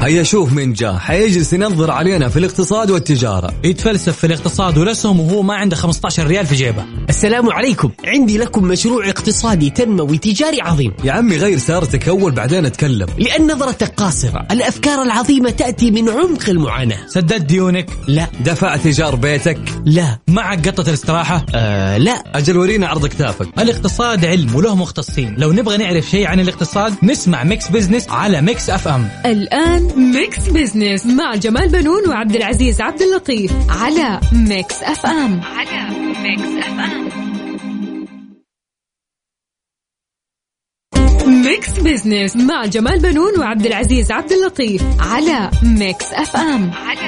هيا شوف من جاء حيجلس ينظر علينا في الاقتصاد والتجارة، يتفلسف في الاقتصاد ورسم وهو ما عنده 15 ريال في جيبه. السلام عليكم، عندي لكم مشروع اقتصادي تنموي تجاري عظيم. يا عمي غير سيارتك أول بعدين أتكلم. لأن نظرتك قاصرة، الأفكار العظيمة تأتي من عمق المعاناة. سددت ديونك؟ لا. دفعت إيجار بيتك؟ لا. معك قطة الاستراحة؟ لا. أجل ورينا عرض كتافك. الاقتصاد علم وله مختصين، لو نبغى نعرف شيء عن الاقتصاد نسمع ميكس بزنس على ميكس اف ام. الآن ميكس بزنس مع جمال بنون وعبد العزيز عبد اللطيف على ميكس اف ام. ميكس بزنس مع جمال بنون وعبد العزيز عبد اللطيف على ميكس اف ام.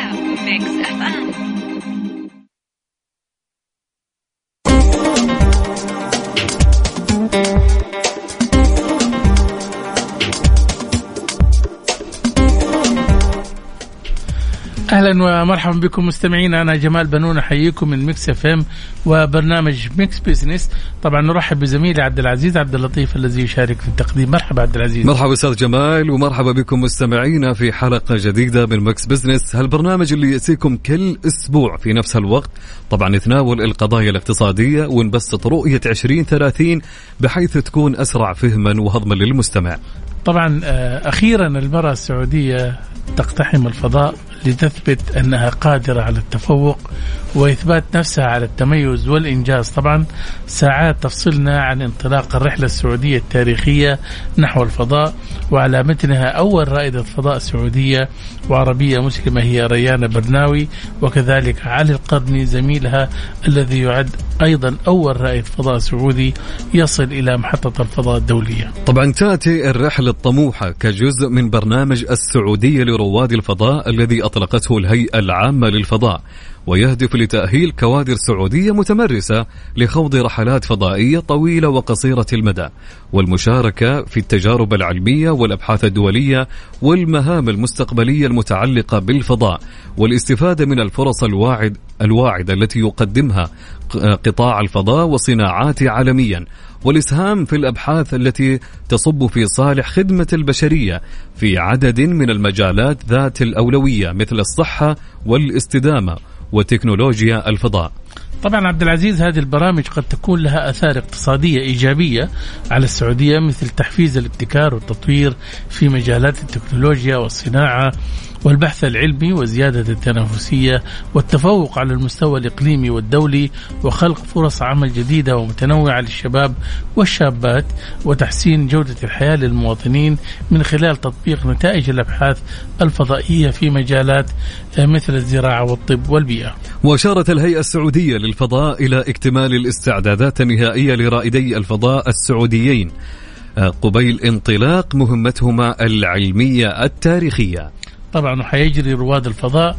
أهلا ومرحبا بكم مستمعينا، أنا جمال بنون أحييكم من ميكس اف ام وبرنامج ميكس بيزنس. طبعا نرحب بزميلي عبد العزيز عبد اللطيف الذي يشارك في التقديم. مرحبا عبد العزيز. مرحبا أستاذ جمال، ومرحبا بكم مستمعينا في حلقة جديدة من ميكس بيزنس، هالبرنامج اللي يأتيكم كل أسبوع في نفس الوقت. طبعا يتناول القضايا الاقتصادية ونبسط رؤية 2030 بحيث تكون أسرع فهما وهضما للمستمع. طبعا أخيرا المرأة السعودية تقتحم الفضاء لتثبت أنها قادرة على التفوق وإثبات نفسها على التميز والإنجاز. طبعا ساعات تفصلنا عن انطلاق الرحلة السعودية التاريخية نحو الفضاء، وعلى متنها أول رائدة فضاء سعودية وعربية مسلمة هي ريان برناوي، وكذلك علي القرني زميلها الذي يعد أيضا أول رائد فضاء سعودي يصل إلى محطة الفضاء الدولية. طبعا تأتي الرحلة الطموحة كجزء من برنامج السعودية لرواد الفضاء الذي أطلقته الهيئة العامة للفضاء، ويهدف لتأهيل كوادر سعودية متمرسة لخوض رحلات فضائية طويلة وقصيرة المدى، والمشاركة في التجارب العلمية والأبحاث الدولية والمهام المستقبلية المتعلقة بالفضاء، والاستفادة من الفرص الواعدة التي يقدمها قطاع الفضاء وصناعاته عالميا، والإسهام في الأبحاث التي تصب في صالح خدمة البشرية في عدد من المجالات ذات الأولوية مثل الصحة والاستدامة وتكنولوجيا الفضاء. طبعا عبد العزيز، هذه البرامج قد تكون لها آثار اقتصادية إيجابية على السعودية، مثل تحفيز الابتكار والتطوير في مجالات التكنولوجيا والصناعة والبحث العلمي وزيادة التنافسية والتفوق على المستوى الإقليمي والدولي، وخلق فرص عمل جديدة ومتنوعة للشباب والشابات، وتحسين جودة الحياة للمواطنين من خلال تطبيق نتائج الأبحاث الفضائية في مجالات مثل الزراعة والطب والبيئة. وأشارت الهيئة السعودية للفضاء إلى اكتمال الاستعدادات النهائية لرائدي الفضاء السعوديين قبيل انطلاق مهمتهما العلمية التاريخية. طبعا حيجري رواد الفضاء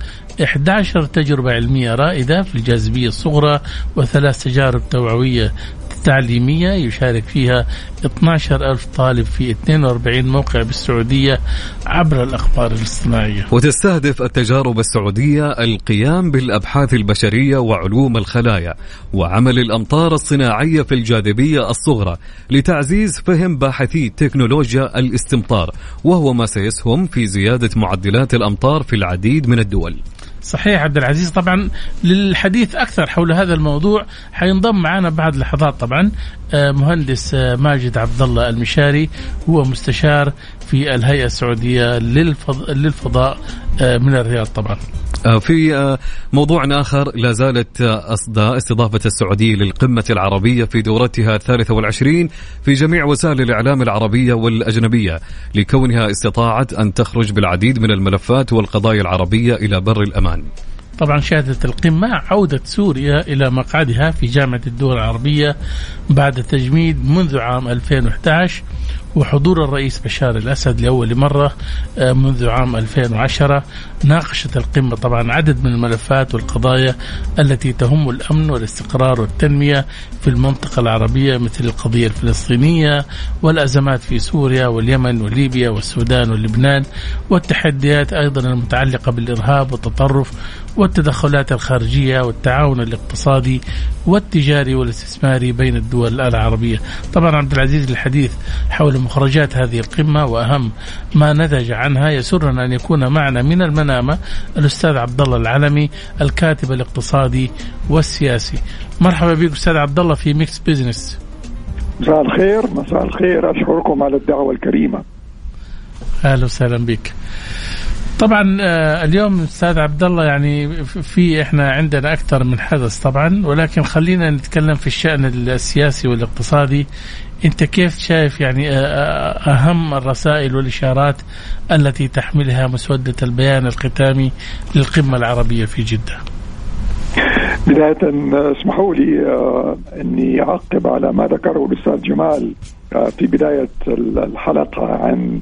11 تجربة علمية رائدة في الجاذبية الصغرى و3 تجارب توعوية تعليمية يشارك فيها 12,000 طالب في 42 موقع بالسعودية عبر الأقمار الاصطناعية. وتستهدف التجارب السعودية القيام بالأبحاث البشرية وعلوم الخلايا وعمل الأمطار الصناعية في الجاذبية الصغرى لتعزيز فهم باحثي تكنولوجيا الاستمطار، وهو ما سيسهم في زيادة معدلات الأمطار في العديد من الدول. صحيح عبد العزيز. طبعا للحديث أكثر حول هذا الموضوع حينضم معنا بعد لحظات طبعا مهندس ماجد عبد الله المشاري، هو مستشار في الهيئة السعودية للفضاء من الرياض. طبعا في موضوع آخر، لا زالت استضافة السعودية للقمة العربية في دورتها 23 في جميع وسائل الإعلام العربية والأجنبية، لكونها استطاعت أن تخرج بالعديد من الملفات والقضايا العربية إلى بر الأمان. طبعا شهدت القمة عودة سوريا إلى مقعدها في جامعة الدول العربية بعد تجميد منذ عام 2011 وحضور الرئيس بشار الأسد لأول مرة منذ عام 2010. ناقشت القمة طبعا عدد من الملفات والقضايا التي تهم الأمن والاستقرار والتنمية في المنطقة العربية، مثل القضية الفلسطينية والأزمات في سوريا واليمن وليبيا والسودان ولبنان، والتحديات أيضا المتعلقة بالإرهاب والتطرف والتدخلات الخارجية والتعاون الاقتصادي والتجاري والاستثماري بين الدول العربية. طبعا عبد العزيز، الحديث حول مخرجات هذه القمة وأهم ما نتج عنها. يسرنا أن يكون معنا من المنامة الأستاذ عبد الله العلمي الكاتب الاقتصادي والسياسي. مرحبا بك أستاذ عبد الله في ميكس بيزنس. مساء الخير. مساء الخير، أشكركم على الدعوة الكريمة. أهلا وسهلا بك. طبعا اليوم أستاذ عبد الله يعني احنا عندنا أكثر من حدث طبعا، ولكن خلينا نتكلم في الشأن السياسي والاقتصادي. أنت كيف شايف يعني أهم الرسائل والإشارات التي تحملها مسودة البيان الختامي للقمة العربية في جدة؟ بداية اسمحوا لي أني أعقب على ما ذكره الأستاذ جمال في بداية الحلقة عن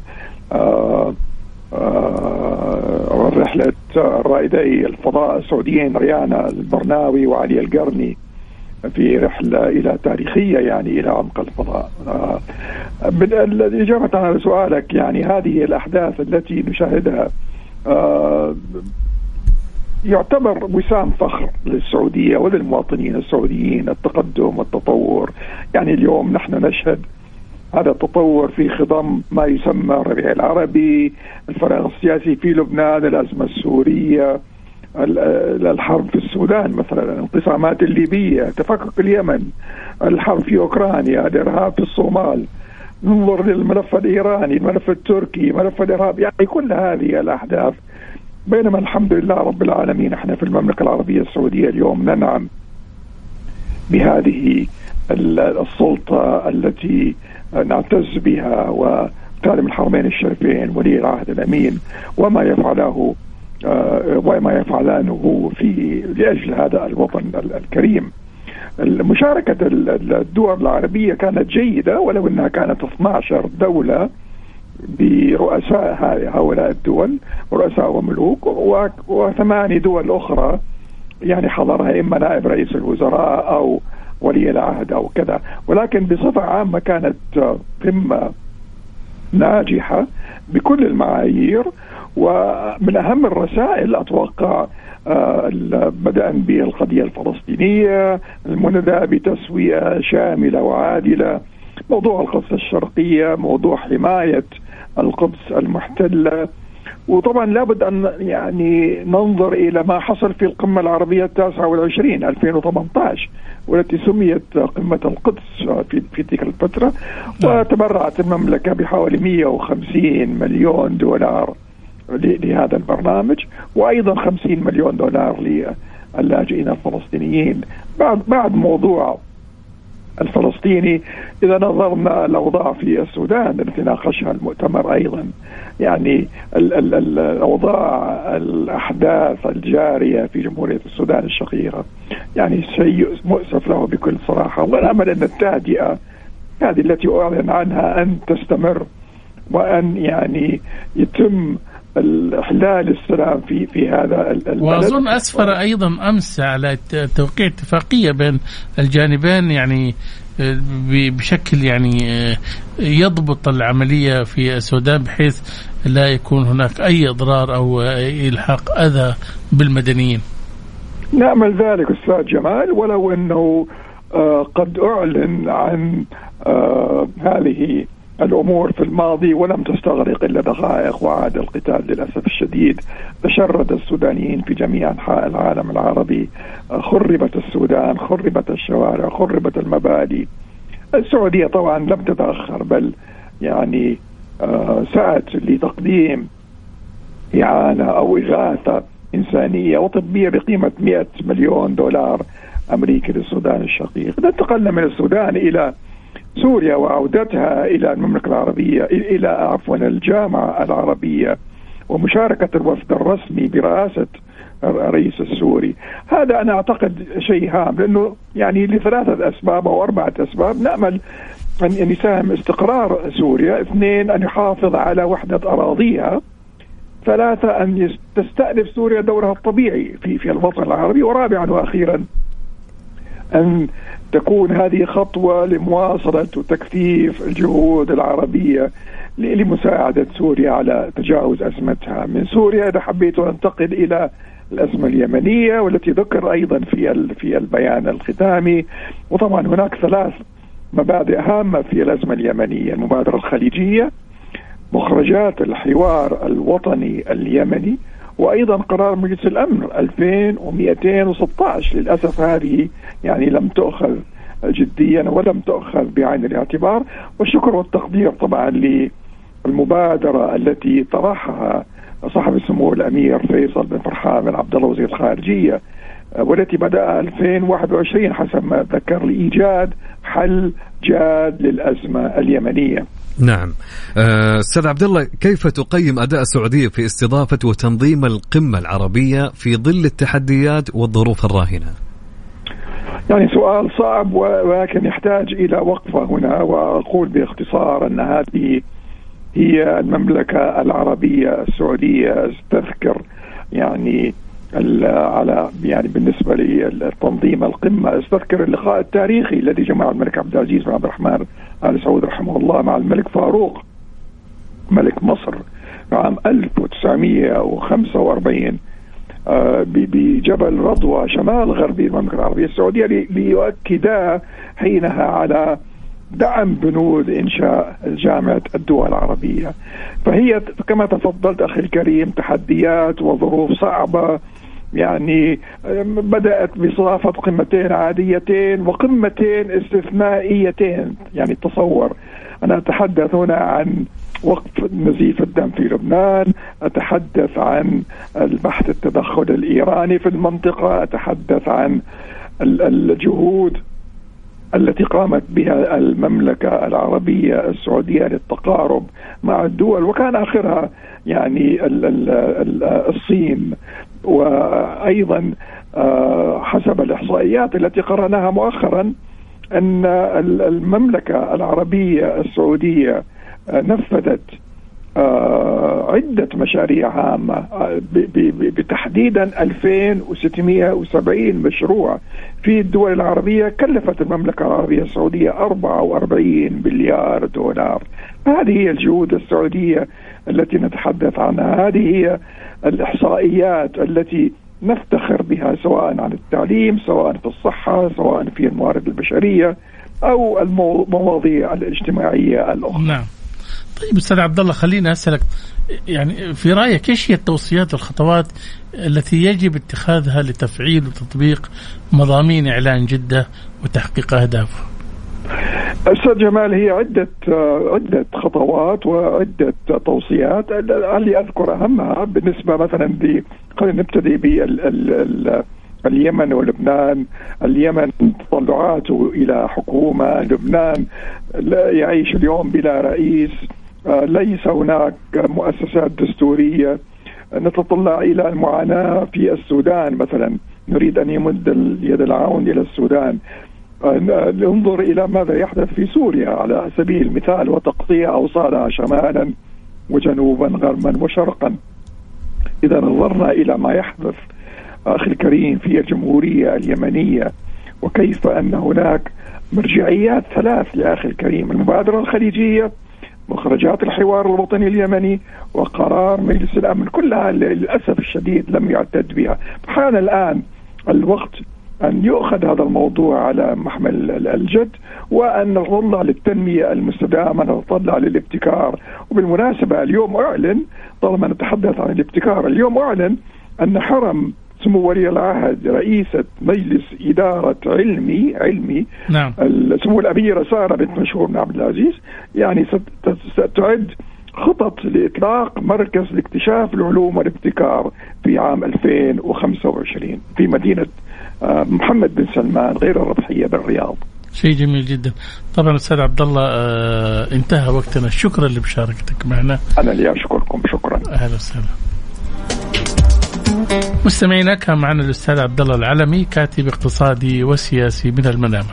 رحلة رائدي الفضاء السعوديين ريانا البرناوي وعلي القرني في رحلة إلى تاريخية يعني إلى عمق الفضاء. الإجابة على سؤالك، يعني هذه الأحداث التي نشاهدها يعتبر وسام فخر للسعودية وللمواطنين السعوديين، التقدم والتطور. يعني اليوم نحن نشهد هذا التطور في خضم ما يسمى الربيع العربي، الفراغ السياسي في لبنان، الأزمة السورية، الحرب في السودان مثلا، الانقسامات الليبية، تفكك اليمن، الحرب في أوكرانيا، الإرهاب في الصومال، ننظر للملف الإيراني، الملف التركي، ملف الإرهاب، يعني كل هذه الأحداث. بينما الحمد لله رب العالمين احنا في المملكة العربية السعودية اليوم ننعم بهذه السلطة التي نعتز بها، وتعلم الحرمين الشريفين ولي العهد الأمين وما يفعلانه لأجل هذا الوطن الكريم. مشاركة الدول العربية كانت جيدة، ولو أنها كانت 12 دولة برؤساء هؤلاء الدول، رؤساء وملوك، و8 دول أخرى يعني حضرها إما نائب رئيس الوزراء أو ولي العهد أو كذا. ولكن بصفة عامة كانت قمة ناجحة بكل المعايير. ومن أهم الرسائل أتوقع بدءا بالقضية الفلسطينية المندى بتسوية شاملة وعادلة، موضوع القدس الشرقية، موضوع حماية القدس المحتلة. وطبعا لابد أن يعني ننظر إلى ما حصل في القمة العربية 29 2018 والتي سميت قمة القدس في تلك الفترة، وتبرعت المملكة بحوالي 150 مليون دولار لهذا البرنامج، وأيضا 50 مليون دولار للاجئين الفلسطينيين. بعد موضوع الفلسطيني إذا نظرنا الأوضاع في السودان التي ناقشها المؤتمر أيضا، يعني الأوضاع الأحداث الجارية في جمهورية السودان الشقيقة يعني شيء مؤسف له بكل صراحة. والأمل أن التهدئة هذه التي أعلن عنها أن تستمر، وأن يعني يتم الإحلال السلام في هذا البلد. وأظن أسفر أيضا أمس على توقيع اتفاقية بين الجانبين يعني بشكل يعني يضبط العملية في السودان بحيث لا يكون هناك أي إضرار أو إلحاق أذى بالمدنيين. نأمل ذلك أستاذ جمال، ولو أنه قد أعلن عن هذه الأمور في الماضي ولم تستغرق إلا دقائق، وعاد القتال للأسف الشديد. تشرد السودانيين في جميع أنحاء العالم العربي، خربت السودان، خربت الشوارع، خربت المبادئ. السعودية طبعا لم تتأخر، بل يعني سعت لتقديم إعانة أو إغاثة إنسانية وطبية بقيمة 100 مليون دولار أمريكي للسودان الشقيق. انتقلنا من السودان إلى سوريا وعودتها إلى المملكة العربية، إلى عفوا الجامعة العربية، ومشاركة الوفد الرسمي برئاسة الرئيس السوري. هذا أنا أعتقد شيء هام، لأنه يعني لثلاثة أسباب أو 4 أسباب. نأمل أن يساهم استقرار سوريا، 2 أن يحافظ على وحدة أراضيها، 3 أن تستأنف سوريا دورها الطبيعي في الوطن العربي، ورابعا وأخيرا أن تكون هذه خطوة لمواصلة وتكثيف الجهود العربية لمساعدة سوريا على تجاوز أزمتها. من سوريا إذا حبيت أنتقل إلى الأزمة اليمنية والتي ذكر أيضا في البيان الختامي. وطبعا هناك 3 مبادئ هامة في الأزمة اليمنية: المبادرة الخليجية، مخرجات الحوار الوطني اليمني، وأيضا قرار مجلس الأمن 2216. للأسف هذه يعني لم تؤخذ جديا ولم تؤخذ بعين الاعتبار. والشكر والتقدير طبعا للمبادرة التي طرحها صاحب السمو الأمير فيصل بن فرحان بن عبد الله وزير الخارجية، والتي بدأ 2021 حسب ما ذكر لإيجاد حل جاد للأزمة اليمنية. نعم. أستاذ عبد الله، كيف تقيم أداء السعودية في استضافة وتنظيم القمة العربية في ظل التحديات والظروف الراهنة؟ يعني سؤال صعب ولكن يحتاج إلى وقفة هنا، وأقول باختصار أن هذه هي المملكة العربية السعودية. استذكر يعني على يعني بالنسبة للتنظيم القمة، استذكر اللقاء التاريخي الذي جمع الملك عبد العزيز بن عبد الرحمن آل سعود رحمه الله مع الملك فاروق ملك مصر عام 1945 بجبل رضوى شمال غربي المملكة العربية السعودية، ليؤكدا حينها على دعم بنود إنشاء جامعة الدول العربية. فهي كما تفضلت أخي الكريم تحديات وظروف صعبة، يعني بدأت بصافة قمتين عاديتين وقمتين استثنائيتين. يعني تصور، أنا أتحدث هنا عن وقف نزيف الدم في لبنان، أتحدث عن البحث التدخل الإيراني في المنطقة، أتحدث عن الجهود التي قامت بها المملكة العربية السعودية للتقارب مع الدول، وكان آخرها يعني الصين. وأيضا حسب الإحصائيات التي قرأناها مؤخرا أن المملكة العربية السعودية نفذت عدة مشاريع هامة، بتحديدا 2670 مشروع في الدول العربية كلفت المملكة العربية السعودية 44 مليار دولار. هذه هي الجهود السعودية التي نتحدث عنها، هذه هي الإحصائيات التي نفتخر بها، سواء عن التعليم، سواء في الصحة، سواء في الموارد البشرية أو المواضيع الاجتماعية الأخرى. نعم. طيب أستاذ عبد الله، خلينا أسألك يعني في رأيك إيش هي التوصيات والخطوات التي يجب اتخاذها لتفعيل وتطبيق مضامين إعلان جدة وتحقيق أهدافه؟ أستاذ جمال، هي عدة خطوات وعدة توصيات. اللي أذكر أهمها بالنسبة مثلا خلينا نبتدي باليمن ولبنان. اليمن تطلعاته إلى حكومة، لبنان يعيش اليوم بلا رئيس، ليس هناك مؤسسات دستورية. نتطلع إلى المعاناة في السودان مثلا، نريد أن يمد اليد العون إلى السودان. ننظر إلى ماذا يحدث في سوريا على سبيل المثال، وتقطيع أوصالها شمالا وجنوبا غربا وشرقا. إذا نظرنا إلى ما يحدث أخي الكريم في الجمهورية اليمنية، وكيف أن هناك مرجعيات ثلاث لأخي الكريم: المبادرة الخليجية، مخرجات الحوار الوطني اليمني، وقرار مجلس الأمن، كلها للأسف الشديد لم يعتد بها. حان الآن الوقت أن يؤخذ هذا الموضوع على محمل الجد، وأن نطلع للتنمية المستدامة، نطلع للابتكار. وبالمناسبة اليوم أعلن، طالما نتحدث عن الابتكار، اليوم أعلن أن حرم سمو ولي العهد رئيسة مجلس إدارة علمي نعم. سمو الأميرة سارة بنت مشهور بن عبد العزيز، يعني ستعد خطط لإطلاق مركز لاكتشاف العلوم والابتكار في عام 2025 في مدينة محمد بن سلمان غير الربحية بالرياض. شيء جميل جدا. طبعا أستاذ عبد الله انتهى وقتنا، شكرا لمشاركتك معنا. أنا اللي أشكركم، شكرا. أهلا وسهلا. مستمعينا، كان معنا الأستاذ عبد الله العلمي، كاتب اقتصادي وسياسي من المنامة.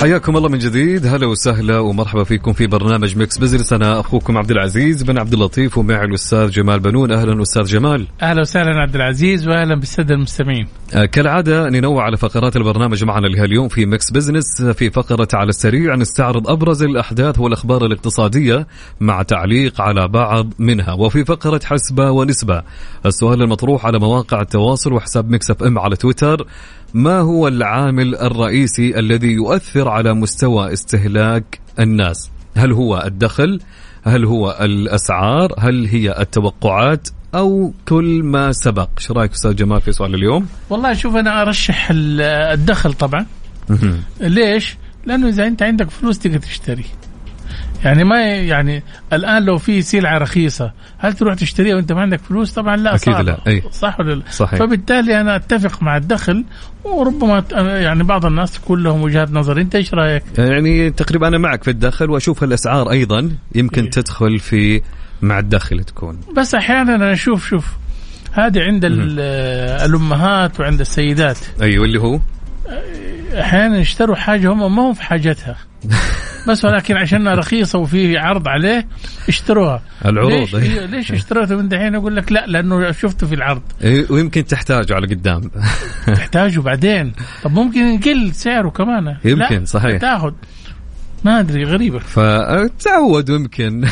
حياكم الله من جديد، هلا وسهلا ومرحبا فيكم في برنامج ميكس بزنس. أنا أخوكم عبد العزيز بن عبد اللطيف ومعي الأستاذ جمال بنون. أهلا أستاذ جمال. أهلا وسهلا عبد العزيز وأهلا بالسادة المستمعين. كالعادة ننوع على فقرات البرنامج معنا لهاليوم في ميكس بزنس. في فقرة على السريع نستعرض أبرز الأحداث والأخبار الاقتصادية مع تعليق على بعض منها، وفي فقرة حسبة ونسبة السؤال المطروح على مواقع التواصل وحساب ميكس اف ام على تويتر: ما هو العامل الرئيسي الذي يؤثر على مستوى استهلاك الناس؟ هل هو الدخل؟ هل هو الأسعار؟ هل هي التوقعات؟ أو كل ما سبق؟ شو رأيك أستاذ جمال في سؤال اليوم؟ والله شوف، أنا أرشح الدخل طبعا. ليش؟ لأنه إذا أنت عندك فلوس تقدر تشتري، يعني ما يعني الآن لو في سلعة رخيصة هل تروح تشتريها وأنت ما عندك فلوس؟ طبعا لا، أكيد لا. أي. صح ولا لا؟ صحيح. فبالتالي أنا أتفق مع الدخل، وربما يعني بعض الناس تكون لهم وجهات نظر. أنت إيش رأيك؟ يعني تقريبا أنا معك في الدخل، وأشوف الأسعار أيضا يمكن تدخل في مع الدخل تكون. بس أحيانا أنا شوف هذه عند الأمهات وعند السيدات. أيوة، اللي هو أحيانا يشتروا حاجة هم ما هم في حاجتها بس ولكن عشانها رخيصة وفي عرض عليه اشتروها. العروض. ليش اشتريته من دحين؟ أقول لك لا، لأنه شفته في العرض. ويمكن تحتاجه على قدام تحتاجه بعدين. طب ممكن يقل سعره كمان، يمكن. صحيح. تاخد ما أدري، غريبة. فتعود يمكن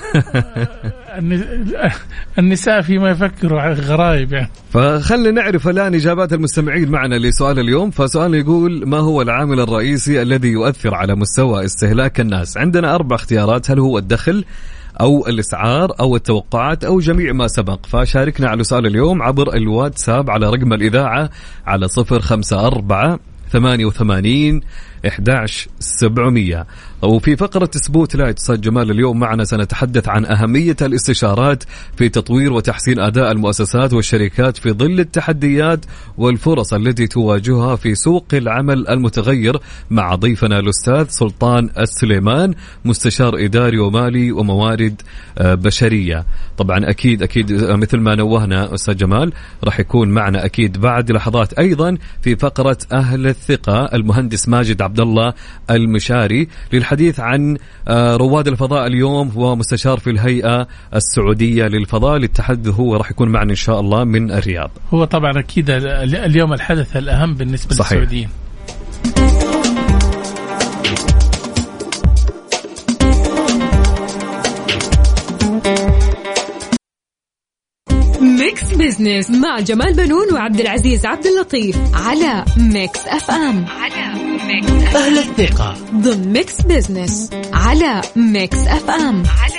النساء فيما يفكروا غرايب يعني. فخلنا نعرف الآن إجابات المستمعين معنا لسؤال اليوم. فسؤال يقول: ما هو العامل الرئيسي الذي يؤثر على مستوى استهلاك الناس؟ عندنا 4 اختيارات: هل هو الدخل أو الإسعار أو التوقعات أو جميع ما سبق. فشاركنا على سؤال اليوم عبر الواتساب على رقم الإذاعة على 054-88-11700. وفي فقرة سبوت لايت أستاذ جمال اليوم معنا سنتحدث عن أهمية الاستشارات في تطوير وتحسين أداء المؤسسات والشركات في ظل التحديات والفرص التي تواجهها في سوق العمل المتغير، مع ضيفنا الأستاذ سلطان السليمان، مستشار إداري ومالي وموارد بشرية. طبعا أكيد مثل ما نوهنا أستاذ جمال راح يكون معنا أكيد بعد لحظات أيضا في فقرة أهل الثقة المهندس ماجد عبد الله المشاري للحديث عن رواد الفضاء اليوم، ومستشار في الهيئة السعودية للفضاء للتحدث. هو راح يكون معنا إن شاء الله من الرياض. هو طبعا أكيد اليوم الحدث الأهم بالنسبة للسعوديين. ميكس بزنس مع جمال بنون وعبد العزيز عبد اللطيف على ميكس اف ام. أهل الثقة ضمن ميكس بزنس على ميكس اف ام.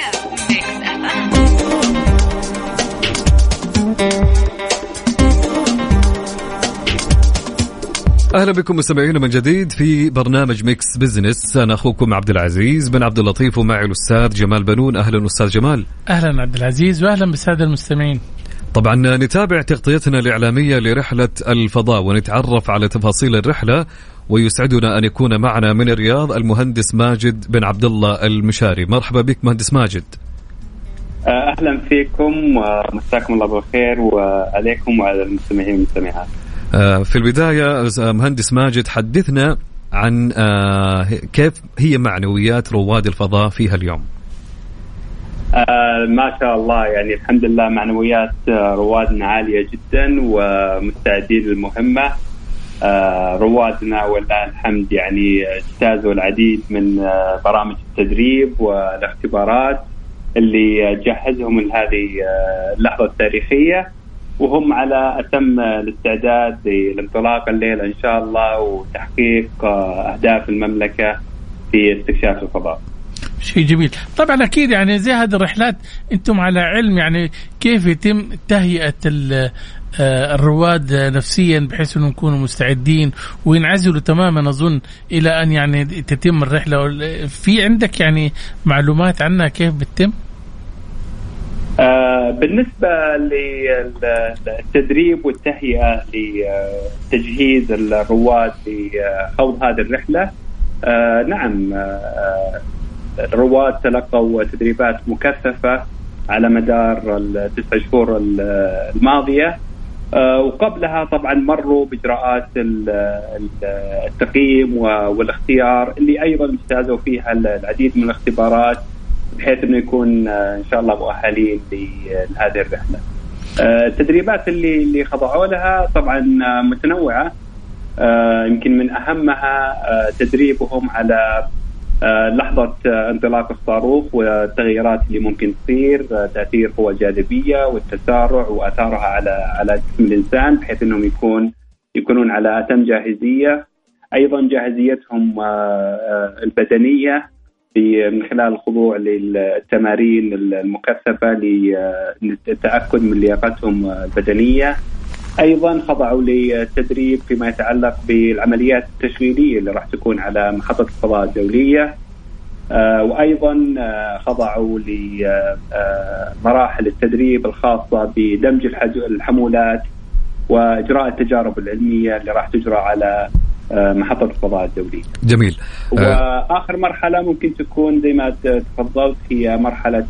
أهلا بكم مستمعينا من جديد في برنامج ميكس بزنس. أنا أخوكم عبد العزيز بن عبد اللطيف ومعي الأستاذ جمال بنون. أهلا أستاذ جمال. أهلا عبد العزيز وأهلا بالسادة المستمعين. طبعا نتابع تغطيتنا الإعلامية لرحلة الفضاء ونتعرف على تفاصيل الرحلة، ويسعدنا أن يكون معنا من الرياض المهندس ماجد بن عبد الله المشاري. مرحبا بك مهندس ماجد. أهلا فيكم ومساكم الله بالخير وعليكم وعلى المستمعين والمستمعات. في البداية مهندس ماجد حدثنا عن كيف هي معنويات رواد الفضاء فيها اليوم. ما شاء الله، يعني الحمد لله معنويات روادنا عالية جدا ومستعدين للمهمة. روادنا والله الحمد يعني اجتازوا العديد من برامج التدريب والاختبارات اللي جهزهم لهذه اللحظة التاريخية، وهم على أتم الاستعداد للانطلاق الليلة إن شاء الله وتحقيق أهداف المملكة في استكشاف الفضاء. شيء جميل. طبعا أكيد يعني زي هذه الرحلات أنتم على علم يعني كيف يتم تهيئة الرواد نفسيا بحيث أنهم يكونوا مستعدين وينعزلوا تماما أظن إلى أن يعني تتم الرحلة. في عندك يعني معلومات عنها كيف بتتم؟ بالنسبة للتدريب والتهيئة لتجهيز الرواد لخوض هذه الرحلة، نعم الرواد تلقوا تدريبات مكثفة على مدار ال9 شهور الماضية، وقبلها طبعا مروا بإجراءات التقييم والاختيار اللي أيضا اجتازوا فيها العديد من الاختبارات بحيث أنه يكون إن شاء الله مؤهلين لهذه الرحلة. التدريبات اللي خضعوا لها طبعا متنوعة، يمكن من أهمها تدريبهم على لحظة انطلاق الصاروخ والتغييرات اللي ممكن تصير، تأثير قوى الجاذبية والتسارع وآثارها على جسم الإنسان، بحيث أنهم يكونون على أتم جاهزية. أيضا جاهزيتهم البدنية من خلال الخضوع للتمارين المكثفة للتأكد من لياقتهم البدنية. أيضا خضعوا للتدريب فيما يتعلق بالعمليات التشغيلية اللي راح تكون على محطة الفضاء الدولية، وأيضا خضعوا لمراحل التدريب الخاصة بدمج الحمولات وإجراء التجارب العلمية اللي راح تجرى على محطة الفضاء الدولية. جميل. وآخر مرحلة ممكن تكون زي ما تفضلت هي مرحلة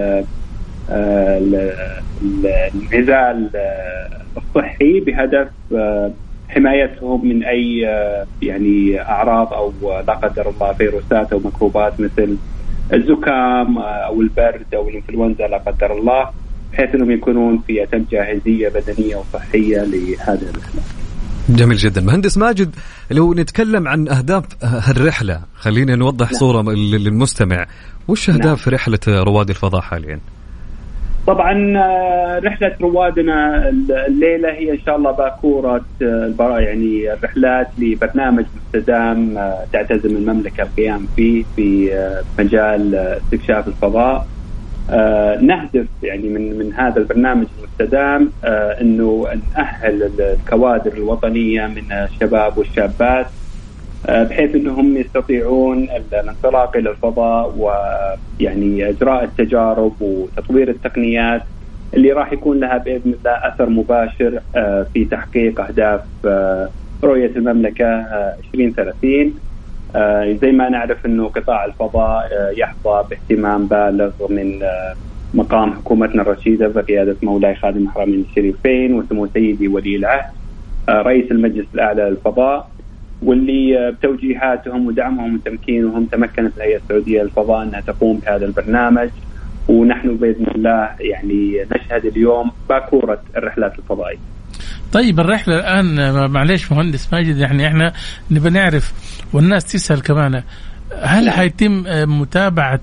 النزال الصحي بهدف حمايتهم من أي يعني أعراض أو لا قدر الله فيروسات أو ميكروبات مثل الزكام أو البرد أو الإنفلونزا لا قدر الله، بحيث أنهم يكونون في أتم جاهزية بدنية وصحية لهذه الرحلة. جميل جدا. مهندس ماجد، لو نتكلم عن أهداف هالرحلة خلينا نوضح صورة للمستمع. وش أهداف رحلة رواد الفضاء حاليا؟ طبعا رحلة روادنا الليلة هي إن شاء الله باكورة يعني الرحلات لبرنامج مستدام تعتزم المملكة القيام فيه في مجال استكشاف الفضاء. نهدف يعني من هذا البرنامج المستدام أنه نأهل الكوادر الوطنية من الشباب والشابات بحيث أنهم يستطيعون الانطلاق إلى الفضاء ويعني إجراء التجارب وتطوير التقنيات اللي راح يكون لها بإذن الله أثر مباشر في تحقيق أهداف رؤية المملكة 2030. زي ما نعرف أنه قطاع الفضاء يحظى باهتمام بالغ من مقام حكومتنا الرشيدة بقيادة مولاي خادم الحرمين الشريفين وسمو سيدي ولي العهد رئيس المجلس الأعلى للفضاء، واللي بتوجيهاتهم ودعمهم وتمكينهم تمكنت الهيئة السعودية للفضاء أنها تقوم بهذا البرنامج، ونحن بإذن الله يعني نشهد اليوم باكورة الرحلات الفضائية. طيب الرحلة الآن معليش مهندس ماجد، يعني احنا نبي نعرف والناس تسأل كمان، هل حيتم متابعة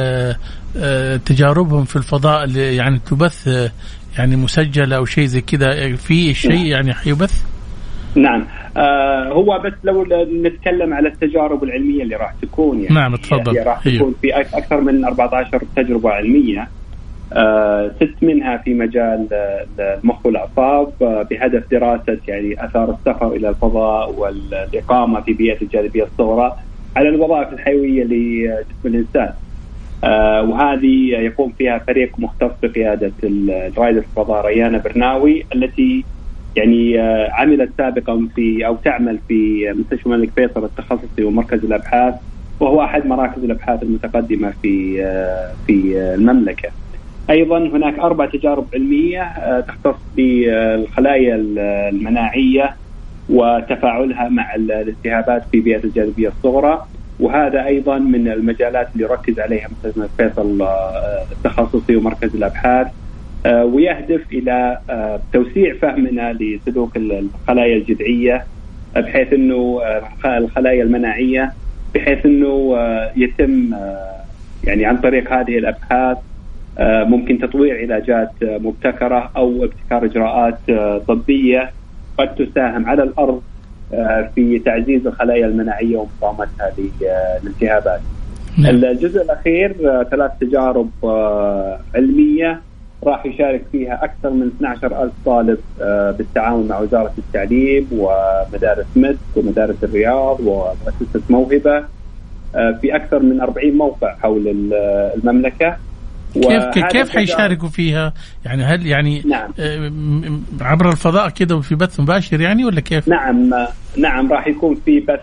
تجاربهم في الفضاء يعني تبث يعني مسجلة أو شيء زي كده في شيء يعني حيبث؟ نعم. هو بس لو نتكلم على التجارب العلمية اللي راح تكون يعني نعم تفضل. راح تكون في أكثر من 14 تجربة علمية، 6 منها في مجال المخ والأعصاب بهدف دراسة يعني أثار السفر إلى الفضاء والإقامة في بيئة الجاذبية الصغرى على الوظائف الحيوية لجسم الإنسان. وهذه يقوم فيها فريق مختص بقيادة رائدة الفضاء ريانة برناوي، التي يعني عملت سابقا في أو تعمل في مستشفى الملك فيصل التخصصي ومركز الأبحاث، وهو أحد مراكز الأبحاث المتقدمة في المملكة. أيضا هناك 4 تجارب علمية تختص بالخلايا المناعية وتفاعلها مع الالتهابات في بيئة الجاذبية الصغرى، وهذا أيضا من المجالات اللي ركز عليها مستشفى فيصل التخصصي ومركز الأبحاث، ويهدف إلى توسيع فهمنا لسلوك الخلايا الجذعية بحيث أنه الخلايا المناعية بحيث أنه يتم يعني عن طريق هذه الأبحاث ممكن تطوير علاجات مبتكرة أو ابتكار إجراءات طبية قد تساهم على الأرض في تعزيز الخلايا المناعية ومقاومتها للالتهابات. الجزء الأخير 3 تجارب علمية راح يشارك فيها أكثر من 12,000 طالب بالتعاون مع وزارة التعليم ومدارس مسك ومدارس الرياض ومؤسسة موهبة في أكثر من 40 موقع حول المملكة. كيف حيشاركوا فيها؟ يعني هل يعني نعم. عبر الفضاء كده وفي بث مباشر يعني ولا كيف؟ نعم راح يكون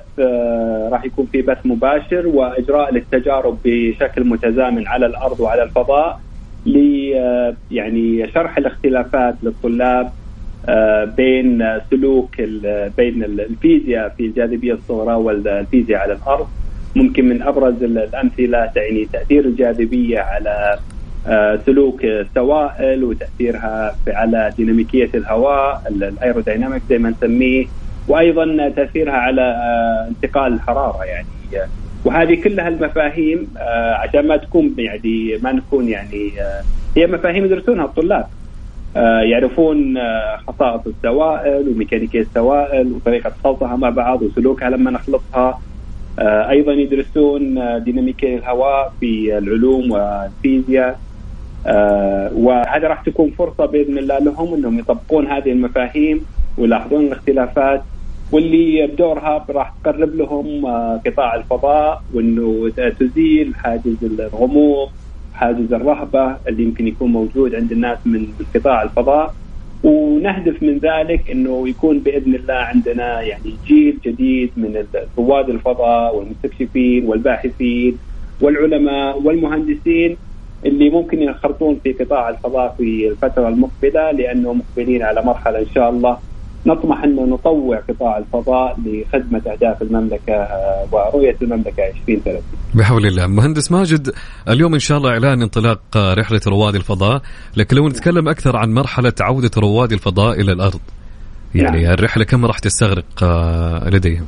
في بث مباشر وإجراء للتجارب بشكل متزامن على الأرض وعلى الفضاء يعني شرح الاختلافات للطلاب بين سلوك بين الفيزياء في الجاذبية الصغرى والفيزياء على الأرض. ممكن من أبرز الأمثلة يعني تأثير الجاذبية على سلوك السوائل وتأثيرها على ديناميكية الهواء الأيروديناميك زي ما نسميه، وأيضا تأثيرها على انتقال الحرارة يعني. وهذه كلها المفاهيم عشان ما تكون يعني ما نكون يعني هي مفاهيم يدرسونها الطلاب، يعرفون خصائص السوائل وميكانيكية السوائل وطريقة خلطها مع بعض وسلوكها لما نخلطها. أيضا يدرسون ديناميكية الهواء في العلوم والفيزياء، وهذا راح تكون فرصة بإذن الله لهم أنهم يطبقون هذه المفاهيم ويلاحظون الاختلافات، واللي بدورها راح تقرب لهم قطاع الفضاء، وأنه تزيل حاجز الغموض حاجز الرهبة اللي يمكن يكون موجود عند الناس من قطاع الفضاء. ونهدف من ذلك أنه يكون بإذن الله عندنا يعني جيل جديد من رواد الفضاء والمستكشفين والباحثين والعلماء والمهندسين اللي ممكن ينخرطون في قطاع الفضاء في الفترة المقبلة، لأنه مقبلين على مرحلة إن شاء الله نطمح أن نطوع قطاع الفضاء لخدمة أهداف المملكة ورؤية المملكة 2030 بحول الله. مهندس ماجد، اليوم إن شاء الله إعلان انطلاق رحلة رواد الفضاء، لكن لو نتكلم أكثر عن مرحلة عودة رواد الفضاء إلى الأرض، يعني الرحلة كم راح تستغرق لديهم؟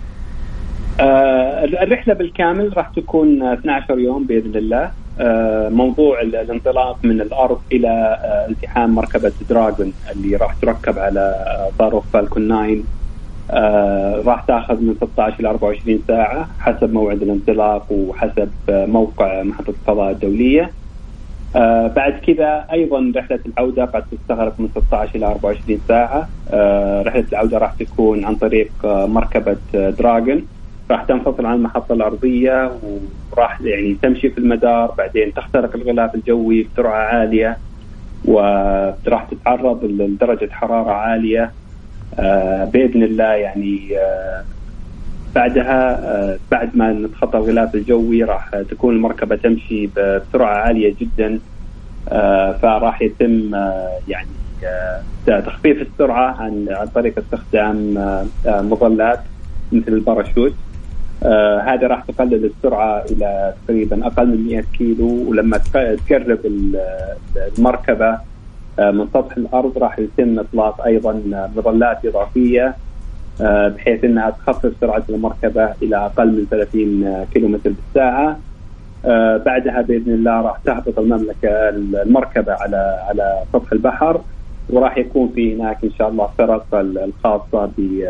الرحلة بالكامل راح تكون 12 يوم بإذن الله. موضوع الانطلاق من الأرض إلى التحام مركبة دراغون اللي راح تركب على صاروخ فالكون 9 راح تأخذ من 16 إلى 24 ساعة حسب موعد الانطلاق وحسب موقع محطة الفضاء الدولية. بعد كذا أيضا رحلة العودة قد تستغرق من 16 إلى 24 ساعة. رحلة العودة راح تكون عن طريق مركبة دراغون، راح تنفصل عن المحطة الأرضية وراح يعني تمشي في المدار، بعدين تخترق الغلاف الجوي بسرعة عالية وراح تتعرض لدرجة حرارة عالية بإذن الله. يعني بعدها بعد ما نتخطى الغلاف الجوي راح تكون المركبة تمشي بسرعة عالية جدا، فراح يتم يعني تخفيف السرعة عن طريق استخدام مظلات مثل الباراشوت. هذا راح تقلل السرعة إلى تقريبا أقل من 100 كيلو، ولما تقرب المركبة من سطح الأرض راح يتم إطلاق أيضا مظلات إضافية بحيث أنها تخفف سرعة المركبة إلى أقل من 30 كيلومتر بالساعة. بعدها بإذن الله راح تهبط المركبة على سطح البحر، وراح يكون في هناك إن شاء الله فرق الخاصة ب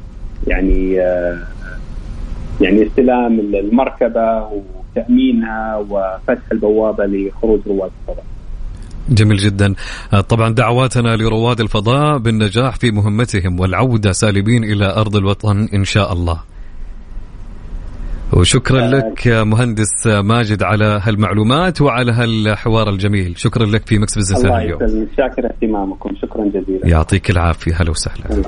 يعني استلام المركبة وتأمينها وفتح البوابة لخروج رواد الفضاء. جميل جدا. طبعا دعواتنا لرواد الفضاء بالنجاح في مهمتهم والعودة سالمين إلى أرض الوطن إن شاء الله. وشكرا لك مهندس ماجد على هالمعلومات وعلى هالحوار الجميل. شكرا لك في مكس بزنس اليوم. الله يسلمك، شاكر اهتمامكم، شكرا جزيلا. يعطيك العافية. هلا وسهلا.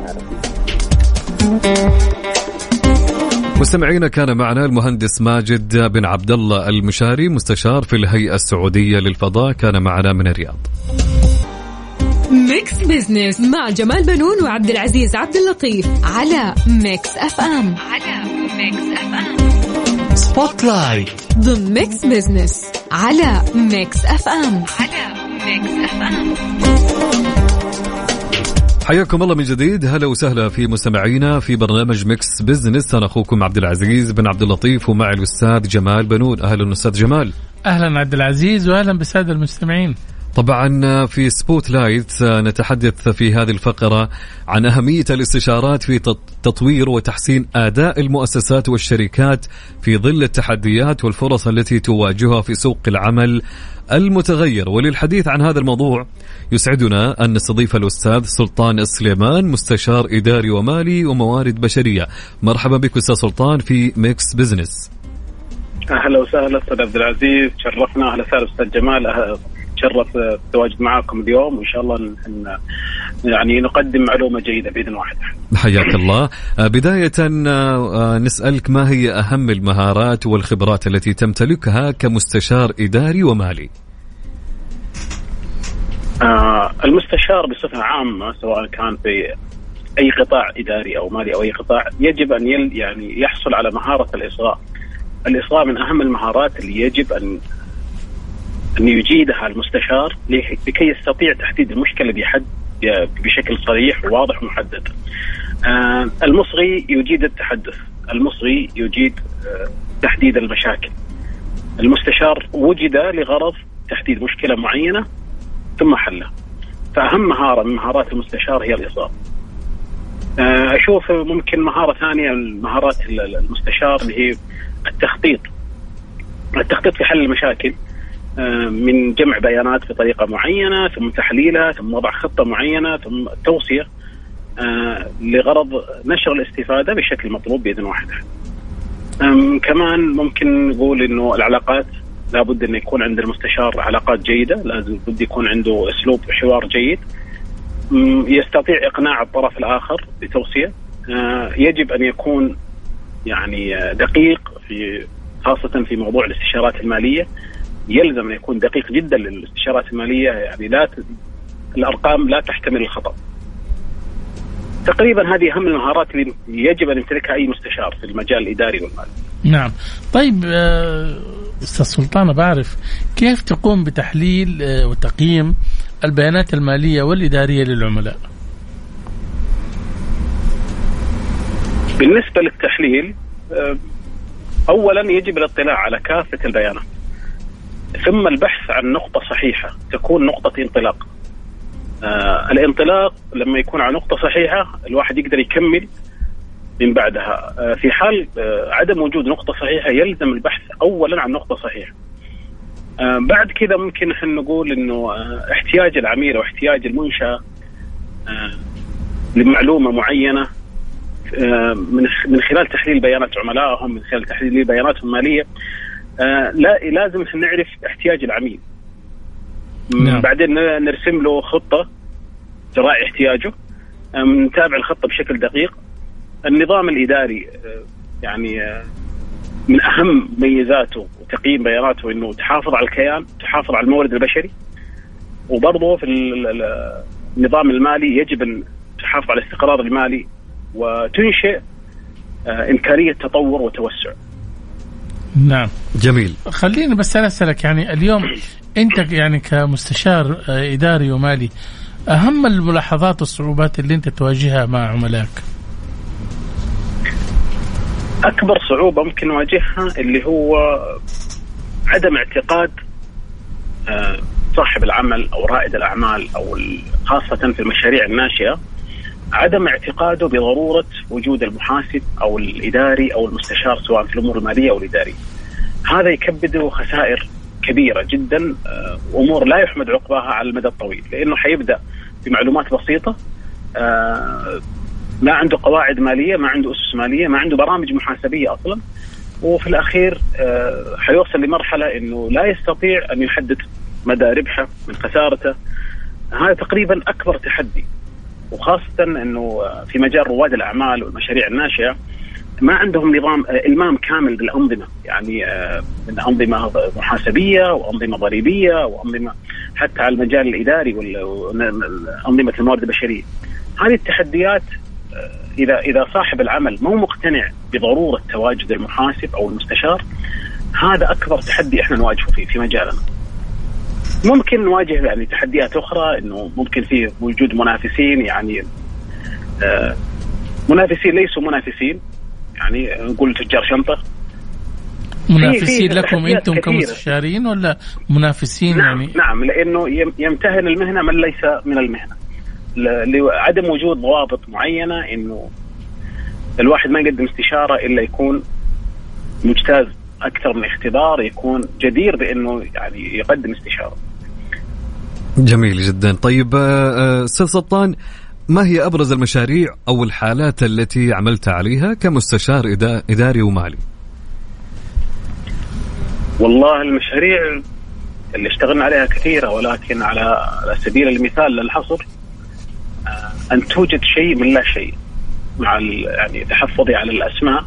مستمعينا، كان معنا المهندس ماجد بن عبد الله المشاري مستشار في الهيئة السعودية للفضاء، كان معنا من الرياض. ميكس بزنس مع جمال بنون وعبد العزيز عبد اللطيف على ميكس اف ام. سبوت لايت ضمن ميكس بزنس على ميكس اف ام. حياكم الله من جديد. هلا وسهلا في مستمعينا في برنامج ميكس بزنس. أنا أخوكم عبد العزيز بن عبد اللطيف ومع الأستاذ جمال بنون. أهلا أستاذ جمال. أهلا عبد العزيز وأهلا بالسادة المستمعين. طبعا في سبوت لايت نتحدث في هذه الفقرة عن أهمية الاستشارات في تطوير وتحسين أداء المؤسسات والشركات في ظل التحديات والفرص التي تواجهها في سوق العمل المتغير. وللحديث عن هذا الموضوع يسعدنا أن نستضيف الأستاذ سلطان السليمان، مستشار إداري ومالي وموارد بشرية. مرحبا بك أستاذ سلطان في ميكس بزنس. أهلا وسهلا أستاذ عبد العزيز، شرفنا. أهلا وسهلا أستاذ جمال، شرف التواجد معكم اليوم، وإن شاء الله يعني نقدم معلومة جيدة بإذن واحد. حياك الله. بداية نسألك، ما هي أهم المهارات والخبرات التي تمتلكها كمستشار إداري ومالي؟ المستشار بصفة عامة سواء كان في أي قطاع إداري أو مالي أو أي قطاع يجب أن يعني يحصل على مهارة الإصغاء. الإصغاء من أهم المهارات اللي يجب أن يجيدها المستشار لكي يستطيع تحديد المشكلة بشكل صريح وواضح ومحدد. المصغي يجيد التحدث، المصغي يجيد تحديد المشاكل. المستشار وجد لغرض تحديد مشكلة معينة ثم حلها. فأهم مهارة من مهارات المستشار هي الإصغاء. أشوف ممكن مهارة ثانية من مهارات المستشار اللي هي التخطيط في حل المشاكل، من جمع بيانات بطريقة معينة ثم تحليلها ثم وضع خطة معينة ثم توصية لغرض نشر الاستفادة بشكل مطلوب بإذن واحدة. كمان ممكن نقول إنه العلاقات لابد أن يكون عند المستشار علاقات جيدة، لازم بد يكون عنده أسلوب حوار جيد يستطيع إقناع الطرف الآخر بتوصية. يجب أن يكون يعني دقيق خاصة في موضوع الاستشارات المالية، يلزم أن يكون دقيق جدا للاستشارات المالية، يعني الأرقام لا تحتمل الخطأ. تقريبا هذه أهم المهارات اللي يجب أن يمتلكها أي مستشار في المجال الإداري والمالي. نعم. طيب أستاذ سلطان، بعرف كيف تقوم بتحليل وتقييم البيانات المالية والإدارية للعملاء؟ بالنسبة للتحليل، أولا يجب الاطلاع على كافة البيانات، ثم البحث عن نقطة صحيحة تكون نقطة انطلاق. الانطلاق لما يكون على نقطة صحيحة الواحد يقدر يكمل من بعدها. في حال عدم وجود نقطة صحيحة يلزم البحث أولا عن نقطة صحيحة. بعد كذا ممكن نحن نقول إنه احتياج العميل أو احتياج المنشأة لمعلومة معينة من خلال تحليل بيانات عملائهم، من خلال تحليل بياناتهم المالية، لازم نعرف احتياج العميل. نعم. بعدين نرسم له خطة تراعي احتياجه، نتابع الخطة بشكل دقيق. النظام الإداري يعني من أهم ميزاته وتقييم بياناته إنه تحافظ على الكيان، تحافظ على المورد البشري، وبرضه في النظام المالي يجب أن تحافظ على الاستقرار المالي وتنشئ إمكانية تطور وتوسع. نعم. جميل. خليني بس أسألك، يعني اليوم أنت يعني كمستشار إداري ومالي، أهم الملاحظات والصعوبات اللي أنت تواجهها مع عملائك؟ أكبر صعوبة ممكن نواجهها اللي هو عدم اعتقاد صاحب العمل أو رائد الأعمال أو خاصة في المشاريع الناشئة، عدم اعتقاده بضرورة وجود المحاسب أو الإداري أو المستشار سواء في الأمور المالية أو الإدارية. هذا يكبده خسائر كبيرة جدا، أمور لا يحمد عقباها على المدى الطويل، لأنه حيبدأ بمعلومات بسيطة، ما عنده قواعد مالية، ما عنده أسس مالية، ما عنده برامج محاسبية أصلا، وفي الأخير حيوصل لمرحلة أنه لا يستطيع أن يحدد مدى ربحه من خسارته. هذا تقريبا أكبر تحدي، وخاصة أنه في مجال رواد الأعمال والمشاريع الناشئة ما عندهم نظام إلمام كامل بالأنظمة، يعني من أنظمة محاسبية وأنظمة ضريبية وأنظمة حتى على المجال الإداري وأنظمة الموارد البشرية. هذه التحديات إذا صاحب العمل مو مقتنع بضرورة تواجد المحاسب أو المستشار، هذا أكبر تحدي إحنا نواجهه في مجالنا. ممكن نواجه يعني تحديات أخرى، إنه ممكن في وجود منافسين، يعني منافسين ليسوا منافسين، يعني نقول تجار شنطة. منافسين لكم أنتم كمستشارين ولا منافسين؟ نعم يعني نعم، لأنه يمتهن المهنة من ليس من المهنة، لعدم وجود ضوابط معينة، إنه الواحد ما يقدم استشارة إلا يكون مجتاز أكثر من اختبار، يكون جدير بأنه يعني يقدم استشارة. جميل جدا. طيب أستاذ سلطان، ما هي أبرز المشاريع أو الحالات التي عملت عليها كمستشار إداري ومالي؟ والله المشاريع اللي اشتغلنا عليها كثيرة، ولكن على سبيل المثال للحصر، أن توجد شيء من لا شيء، مع يعني تحفظي على الأسماء.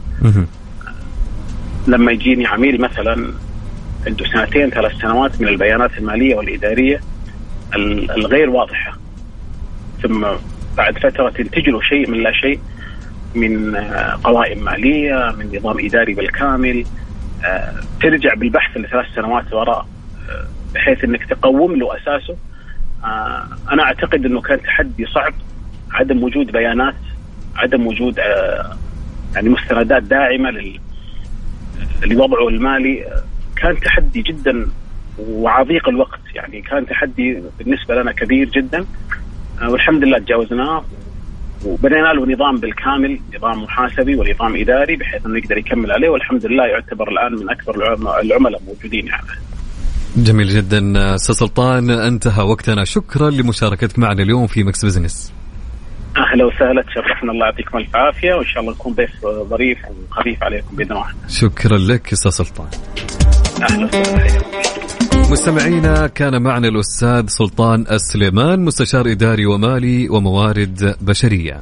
لما يجيني عميل مثلا عنده 2-3 سنوات من البيانات المالية والإدارية، الغير واضحة، ثم بعد فترة تنتج له شيء من لا شيء، من قوائم مالية، من نظام إداري بالكامل، ترجع بالبحث ل3 سنوات وراء بحيث أنك تقوم له أساسه. أنا أعتقد أنه كان تحدي صعب، عدم وجود بيانات، عدم وجود يعني مستندات داعمة لوضعه المالي، كان تحدي جدا وعضيق الوقت. يعني كان تحدي بالنسبة لنا كبير جدا، والحمد لله تجاوزناه وبنينا له نظام بالكامل، نظام محاسبي ونظام إداري بحيث أنه يقدر يكمل عليه، والحمد لله يعتبر الآن من أكبر العملاء موجودين يعني. جميل جدا أستاذ سلطان، انتهى وقتنا، شكرا لمشاركتك معنا اليوم في مكس بزنس. أهلا وسهلا، تشرفنا، الله يعطيكم الف عافية، وإن شاء الله نكون ضيف ظريف وخفيف عليكم بإذن الله. شكرا لك أستاذ سلطان. أهلا وسهلا. مستمعينا، كان معنا الأستاذ سلطان السليمان، مستشار إداري ومالي وموارد بشرية.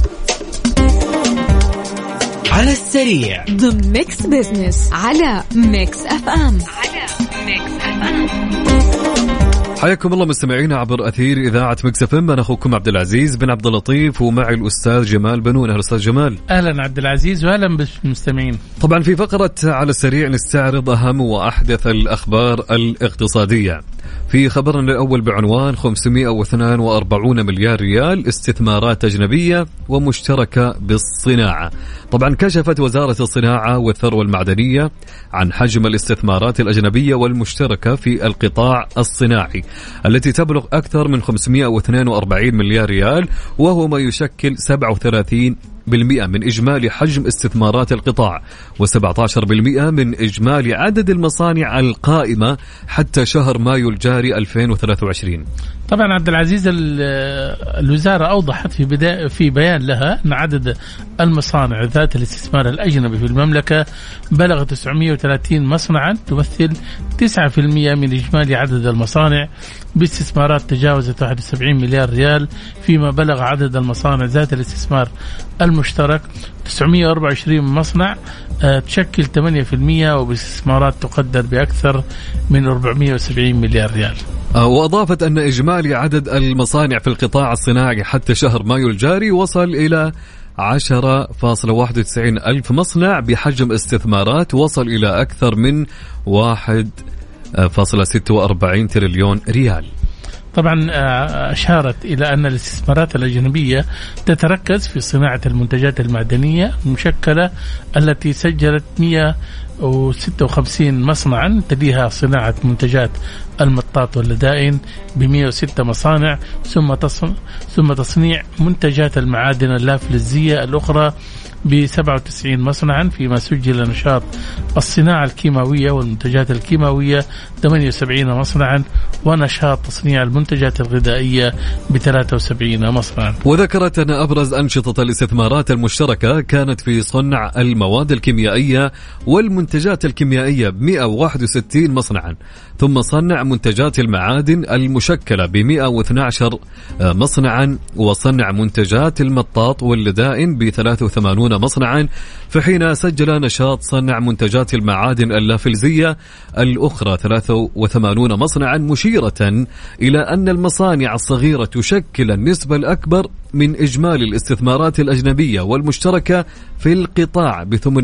على السريع ضمن ميكس بزنس على ميكس اف ام. حياكم الله مستمعينا عبر أثير إذاعة ميكس اف ام. أنا أخوكم عبد العزيز بن عبد اللطيف، ومعي الأستاذ جمال بنون. أهلا أستاذ جمال. أهلا عبد العزيز وأهلا بالمستمعين. طبعا في فقرة على السريع نستعرض أهم وأحدث الأخبار الاقتصادية. في خبرنا الأول بعنوان 542 مليار ريال استثمارات أجنبية ومشتركة بالصناعة. طبعا كشفت وزارة الصناعة والثروة المعدنية عن حجم الاستثمارات الأجنبية والمشتركة في القطاع الصناعي التي تبلغ أكثر من 542 مليار ريال، وهو ما يشكل 37% من إجمالي حجم استثمارات القطاع و17% من إجمالي عدد المصانع القائمة حتى شهر مايو الجاري 2023. طبعا عبد العزيز، الوزارة أوضحت في بيان لها أن عدد المصانع ذات الاستثمار الأجنبي في المملكة بلغ 930 مصنعا، تمثل 9% من إجمالي عدد المصانع باستثمارات تجاوزت 71 مليار ريال، فيما بلغ عدد المصانع ذات الاستثمار المشترك 924 مصنع، تشكل 8%، وباستثمارات تقدر بأكثر من 470 مليار ريال. وأضافت أن إجمالي عدد المصانع في القطاع الصناعي حتى شهر مايو الجاري وصل إلى 10.91 ألف مصنع بحجم استثمارات وصل إلى أكثر من 1.46 تريليون ريال. طبعا أشارت إلى أن الاستثمارات الأجنبية تتركز في صناعة المنتجات المعدنية المشكلة التي سجلت 156 مصنعا، تليها صناعة منتجات المطاط واللدائن ب106 مصانع، ثم تصنيع منتجات المعادن اللافلزية الأخرى ب97 مصنعا، فيما سجل نشاط الصناعة الكيماوية والمنتجات الكيماوية 78 مصنعا، ونشاط تصنيع المنتجات الغذائية ب73 مصنعا. وذكرت أن أبرز أنشطة الاستثمارات المشتركة كانت في صنع المواد الكيميائية والمنتجات الكيميائية ب161 مصنعا، ثم صنع منتجات المعادن المشكلة ب112 مصنعا، وصنع منتجات المطاط واللدائن ب83 مصنعا، في حين سجل نشاط صنع منتجات المعادن اللافلزية الأخرى 83 مصنعا، مشيرة إلى أن المصانع الصغيرة تشكل النسبة الأكبر من إجمالي الاستثمارات الأجنبية والمشتركة في القطاع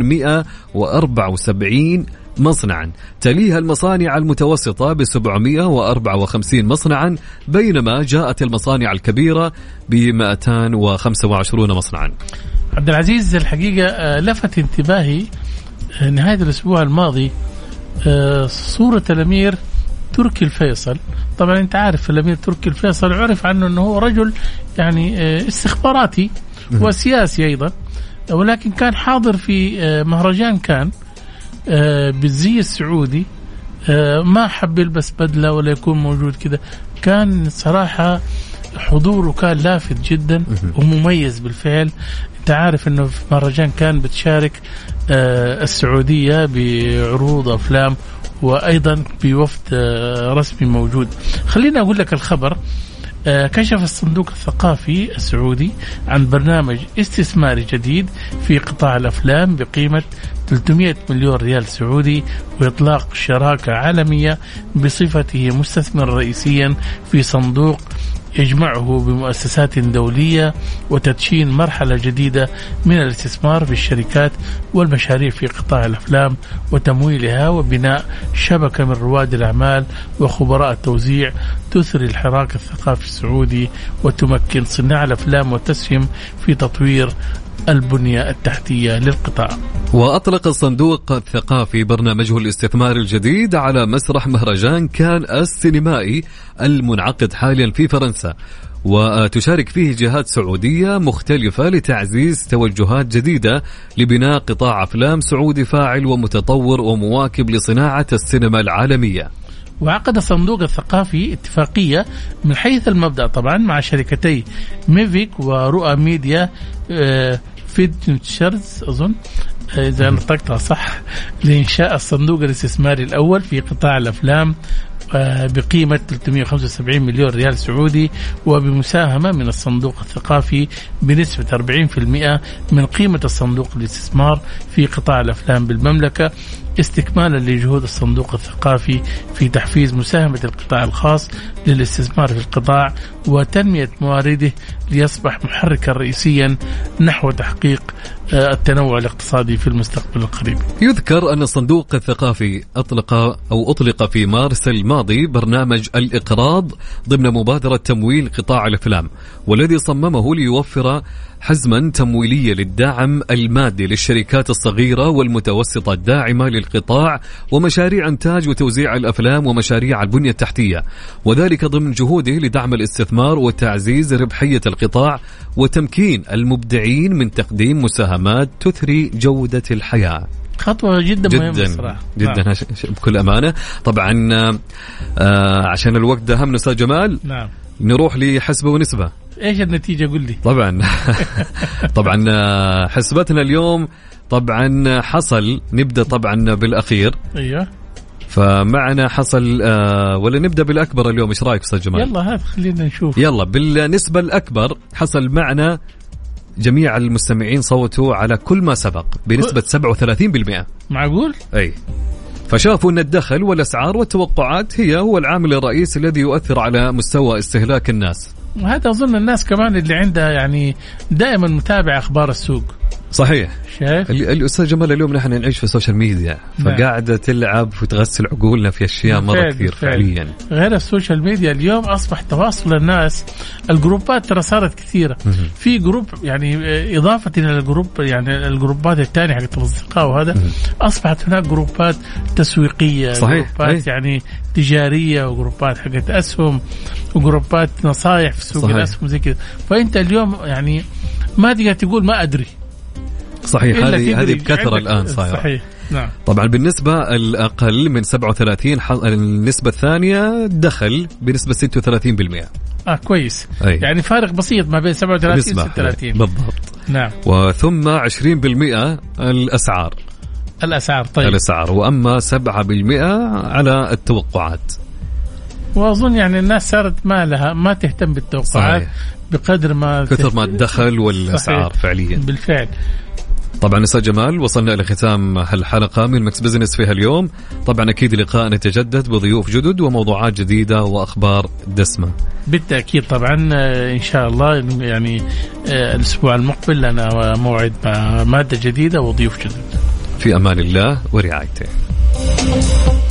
ب874 مصنعا، تليها المصانع المتوسطة ب754 مصنعا، بينما جاءت المصانع الكبيرة ب225 مصنعا. عبد العزيز، الحقيقة لفت انتباهي نهاية الأسبوع الماضي صورة الأمير تركي الفيصل. طبعا أنت عارف الأمير تركي الفيصل عرف عنه أنه هو رجل يعني استخباراتي وسياسي أيضا، ولكن كان حاضر في مهرجان كان بالزي السعودي، ما حب يلبس بدلة ولا يكون موجود كده، كان صراحة حضوره كان لافت جدا ومميز بالفعل. انت عارف انه في مهرجان كان بتشارك السعودية بعروض افلام وايضا بوفد رسمي موجود. خلينا اقول لك الخبر. كشف الصندوق الثقافي السعودي عن برنامج استثماري جديد في قطاع الأفلام بقيمة 300 مليون ريال سعودي، وإطلاق شراكة عالمية بصفته مستثمر رئيسيا في صندوق يجمعه بمؤسسات دولية، وتدشين مرحلة جديدة من الاستثمار في الشركات والمشاريع في قطاع الأفلام وتمويلها، وبناء شبكة من رواد الأعمال وخبراء التوزيع تثري الحراك الثقافي السعودي وتمكن صناع الأفلام وتسهم في تطوير البنية التحتية للقطاع. وأطلق الصندوق الثقافي برنامجه الاستثمار الجديد على مسرح مهرجان كان السينمائي المنعقد حاليا في فرنسا، وتشارك فيه جهات سعودية مختلفة لتعزيز توجهات جديدة لبناء قطاع أفلام سعودي فاعل ومتطور ومواكب لصناعة السينما العالمية. وعقد الصندوق الثقافي اتفاقية من حيث المبدأ طبعا مع شركتي ميفيك ورؤى ميديا فيدنشرز أظن إذا نطقتها صح، لإنشاء الصندوق الاستثماري الأول في قطاع الأفلام بقيمة 375 مليون ريال سعودي، وبمساهمة من الصندوق الثقافي بنسبة 40% من قيمة الصندوق الاستثمار في قطاع الأفلام بالمملكة، استكمالا لجهود الصندوق الثقافي في تحفيز مساهمة القطاع الخاص للاستثمار في القطاع وتنمية موارده ليصبح محركا رئيسيا نحو تحقيق التنوع الاقتصادي في المستقبل القريب. يذكر أن الصندوق الثقافي أطلق في مارس الماضي برنامج الإقراض ضمن مبادرة تمويل قطاع الأفلام، والذي صممه ليوفر حزما تمويليا للدعم المادي للشركات الصغيرة والمتوسطة الداعمة للقطاع ومشاريع إنتاج وتوزيع الأفلام ومشاريع البنية التحتية، وذلك ضمن جهوده لدعم الاستثمار وتعزيز ربحية القطاع وتمكين المبدعين من تقديم مساهمات تثري جودة الحياة. خطوة جدا مهمة صراحة. جدا بكل أمانة. طبعا عشان الوقت ده هم أستاذ جمال. نعم. نروح لحسبة ونسبة. ايش النتيجة قل لي؟ طبعا حسبتنا اليوم طبعا حصل، نبدأ طبعا بالأخير. ايوه. فمعنا حصل ولا نبدأ بالأكبر اليوم؟ ايش رأيك أستاذ جمال؟ يلا هات خلينا نشوف. يلا بالنسبة الأكبر حصل معنا جميع المستمعين صوتوا على كل ما سبق بنسبة 37%. معقول؟ أي. فشافوا أن الدخل والأسعار والتوقعات هو العامل الرئيسي الذي يؤثر على مستوى استهلاك الناس. وهذا أظن الناس كمان اللي عندها يعني دائما متابع أخبار السوق. صحيح. شايف الأستاذ جمال اليوم نحن نعيش في السوشيال ميديا، فقاعدة تلعب وتغسل عقولنا في أشياء مرة كثير فعليا. غير السوشيال ميديا اليوم أصبح تواصل الناس، الجروبات ترى صارت كثيرة. في جروب يعني إضافة إلى الجروب يعني الجروبات الثانية حقت الأصدقاء وهذا أصبحت هناك جروبات تسويقية. صحيح. جروبات يعني تجارية وجروبات حقت أسهم وجروبات نصايح في سوق الأسهم زي كذا. فأنت اليوم يعني ما تقدر تقول ما أدري. صحيح. هذه بكثرة الآن صايرة. صحيح. نعم. طبعا بالنسبة الأقل من 37 النسبة الثانية دخل بنسبة 36%. كويس. أي. يعني فارق بسيط ما بين 37 و 36 بالضبط. نعم. وثم 20% الأسعار. طيب الأسعار، وأما 7% على التوقعات. وأظن يعني الناس صارت ما تهتم بالتوقعات. صحيح. بقدر ما كثر ما الدخل والأسعار. صحيح. فعليا بالفعل. طبعا أستاذ جمال وصلنا إلى ختام هالحلقة من مكس بزنس فيها اليوم. طبعا أكيد لقاء نتجدد بضيوف جدد وموضوعات جديدة وأخبار دسمة بالتأكيد. طبعا إن شاء الله يعني الأسبوع المقبل لنا موعد مع مادة جديدة وضيوف جدد. في أمان الله ورعايته.